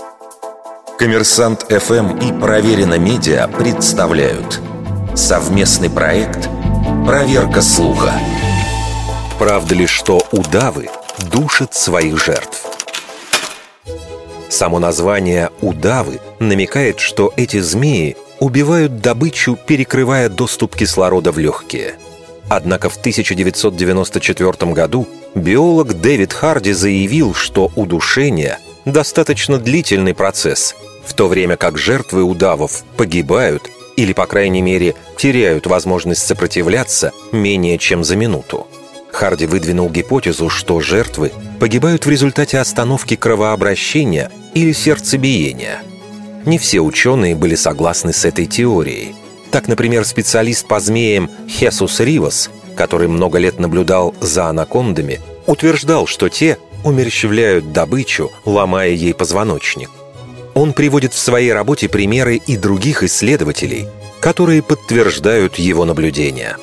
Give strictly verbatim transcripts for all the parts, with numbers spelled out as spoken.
Коммерсант эф эм и Проверено Медиа представляют совместный проект «Проверка слуха». Правда ли, что удавы душат своих жертв? Само название «удавы» намекает, что эти змеи убивают добычу, перекрывая доступ кислорода в легкие. Однако в тысяча девятьсот девяносто четвёртом году биолог Дэвид Харди заявил, что удушение – достаточно длительный процесс, в то время как жертвы удавов погибают или, по крайней мере, теряют возможность сопротивляться менее чем за минуту. Харди выдвинул гипотезу, что жертвы погибают в результате остановки кровообращения или сердцебиения. Не все ученые были согласны с этой теорией. Так, например, специалист по змеям Хесус Ривас, который много лет наблюдал за анакондами, утверждал, что те умерщвляют добычу, ломая ей позвоночник. Он приводит в своей работе примеры и других исследователей, которые подтверждают его наблюдения.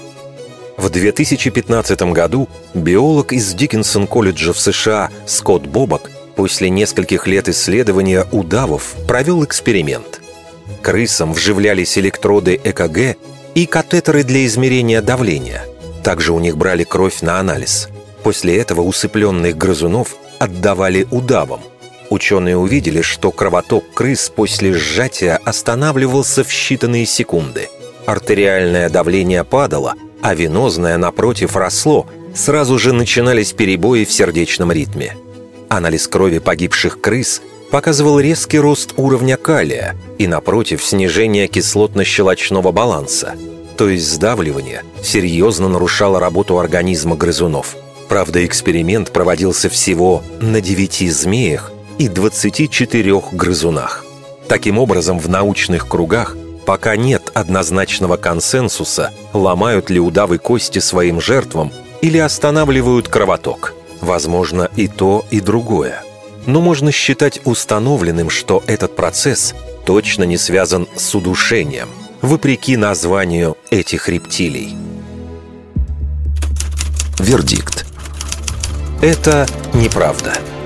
В две тысячи пятнадцатом году биолог из Диккенсон-колледжа в США Скотт Бобок после нескольких лет исследования удавов провел эксперимент. Крысам вживлялись электроды э ка гэ и катетеры для измерения давления. Также у них брали кровь на анализ. После этого усыпленных грызунов отдавали удавам. Ученые увидели, что кровоток крыс после сжатия останавливался в считанные секунды. Артериальное давление падало, а венозное, напротив, росло. Сразу же начинались перебои в сердечном ритме. Анализ крови погибших крыс показывал резкий рост уровня калия и, напротив, снижение кислотно-щелочного баланса. То есть сдавливание серьезно нарушало работу организма грызунов. Правда, эксперимент проводился всего на девяти змеях и двадцати четырёх грызунах. Таким образом, в научных кругах пока нет однозначного консенсуса, ломают ли удавы кости своим жертвам или останавливают кровоток. Возможно, и то, и другое. Но можно считать установленным, что этот процесс точно не связан с удушением, вопреки названию этих рептилий. Вердикт. Это неправда.